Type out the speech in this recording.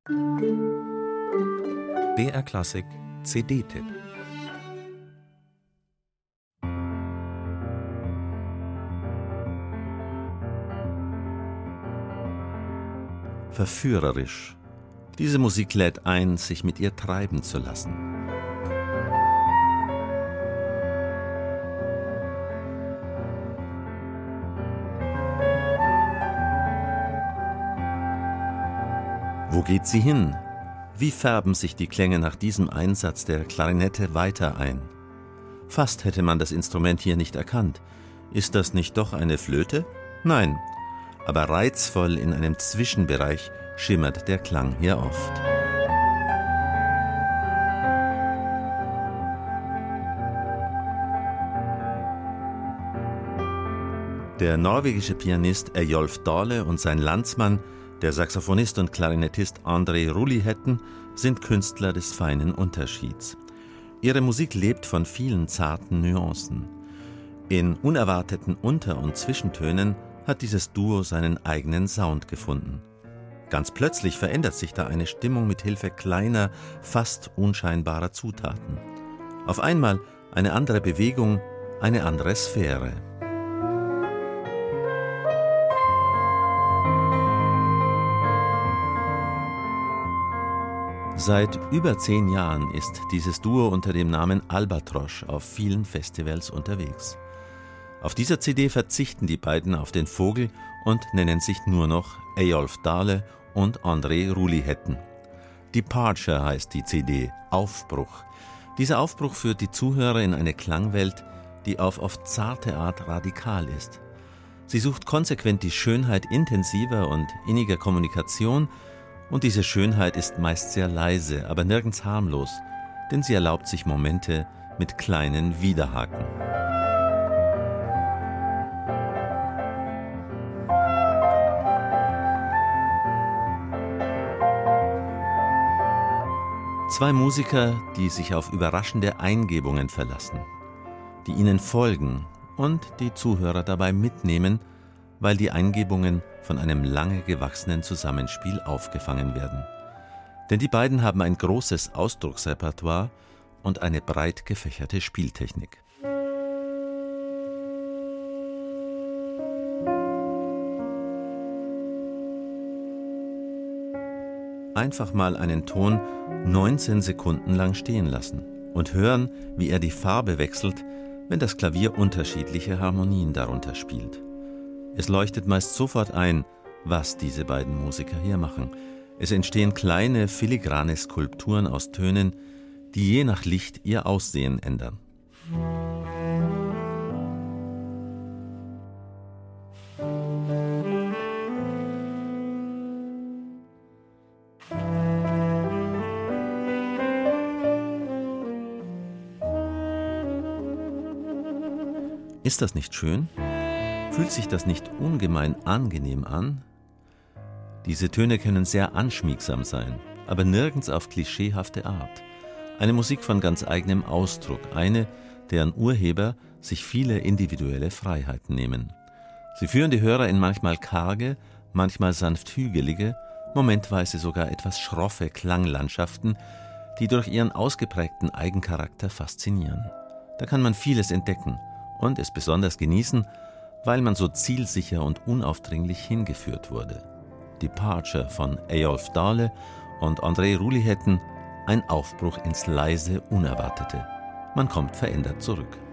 BR Klassik CD-Tipp. Verführerisch. Diese Musik lädt ein, sich mit ihr treiben zu lassen. Wo geht sie hin? Wie färben sich die Klänge nach diesem Einsatz der Klarinette weiter ein? Fast hätte man das Instrument hier nicht erkannt. Ist das nicht doch eine Flöte? Nein, aber reizvoll in einem Zwischenbereich schimmert der Klang hier oft. Der norwegische Pianist Eyjolf Dale und sein Landsmann, der Saxophonist und Klarinettist André Rulihetten, sind Künstler des feinen Unterschieds. Ihre Musik lebt von vielen zarten Nuancen. In unerwarteten Unter- und Zwischentönen hat dieses Duo seinen eigenen Sound gefunden. Ganz plötzlich verändert sich da eine Stimmung mit Hilfe kleiner, fast unscheinbarer Zutaten. Auf einmal eine andere Bewegung, eine andere Sphäre. Seit über 10 Jahren ist dieses Duo unter dem Namen Albatross auf vielen Festivals unterwegs. Auf dieser CD verzichten die beiden auf den Vogel und nennen sich nur noch Eyjolf Dale und André Rulihetten. Departure heißt die CD, Aufbruch. Dieser Aufbruch führt die Zuhörer in eine Klangwelt, die auf oft zarte Art radikal ist. Sie sucht konsequent die Schönheit intensiver und inniger Kommunikation, und diese Schönheit ist meist sehr leise, aber nirgends harmlos, denn sie erlaubt sich Momente mit kleinen Widerhaken. Zwei Musiker, die sich auf überraschende Eingebungen verlassen, die ihnen folgen und die Zuhörer dabei mitnehmen, weil die Eingebungen von einem lange gewachsenen Zusammenspiel aufgefangen werden. Denn die beiden haben ein großes Ausdrucksrepertoire und eine breit gefächerte Spieltechnik. Einfach mal einen Ton 19 Sekunden lang stehen lassen und hören, wie er die Farbe wechselt, wenn das Klavier unterschiedliche Harmonien darunter spielt. Es leuchtet meist sofort ein, was diese beiden Musiker hier machen. Es entstehen kleine, filigrane Skulpturen aus Tönen, die je nach Licht ihr Aussehen ändern. Ist das nicht schön? Fühlt sich das nicht ungemein angenehm an? Diese Töne können sehr anschmiegsam sein, aber nirgends auf klischeehafte Art. Eine Musik von ganz eigenem Ausdruck, eine, deren Urheber sich viele individuelle Freiheiten nehmen. Sie führen die Hörer in manchmal karge, manchmal sanft hügelige, momentweise sogar etwas schroffe Klanglandschaften, die durch ihren ausgeprägten Eigencharakter faszinieren. Da kann man vieles entdecken und es besonders genießen, weil man so zielsicher und unaufdringlich hingeführt wurde. Departure von Eyjolf Dale und André Rulihetten, ein Aufbruch ins leise Unerwartete. Man kommt verändert zurück.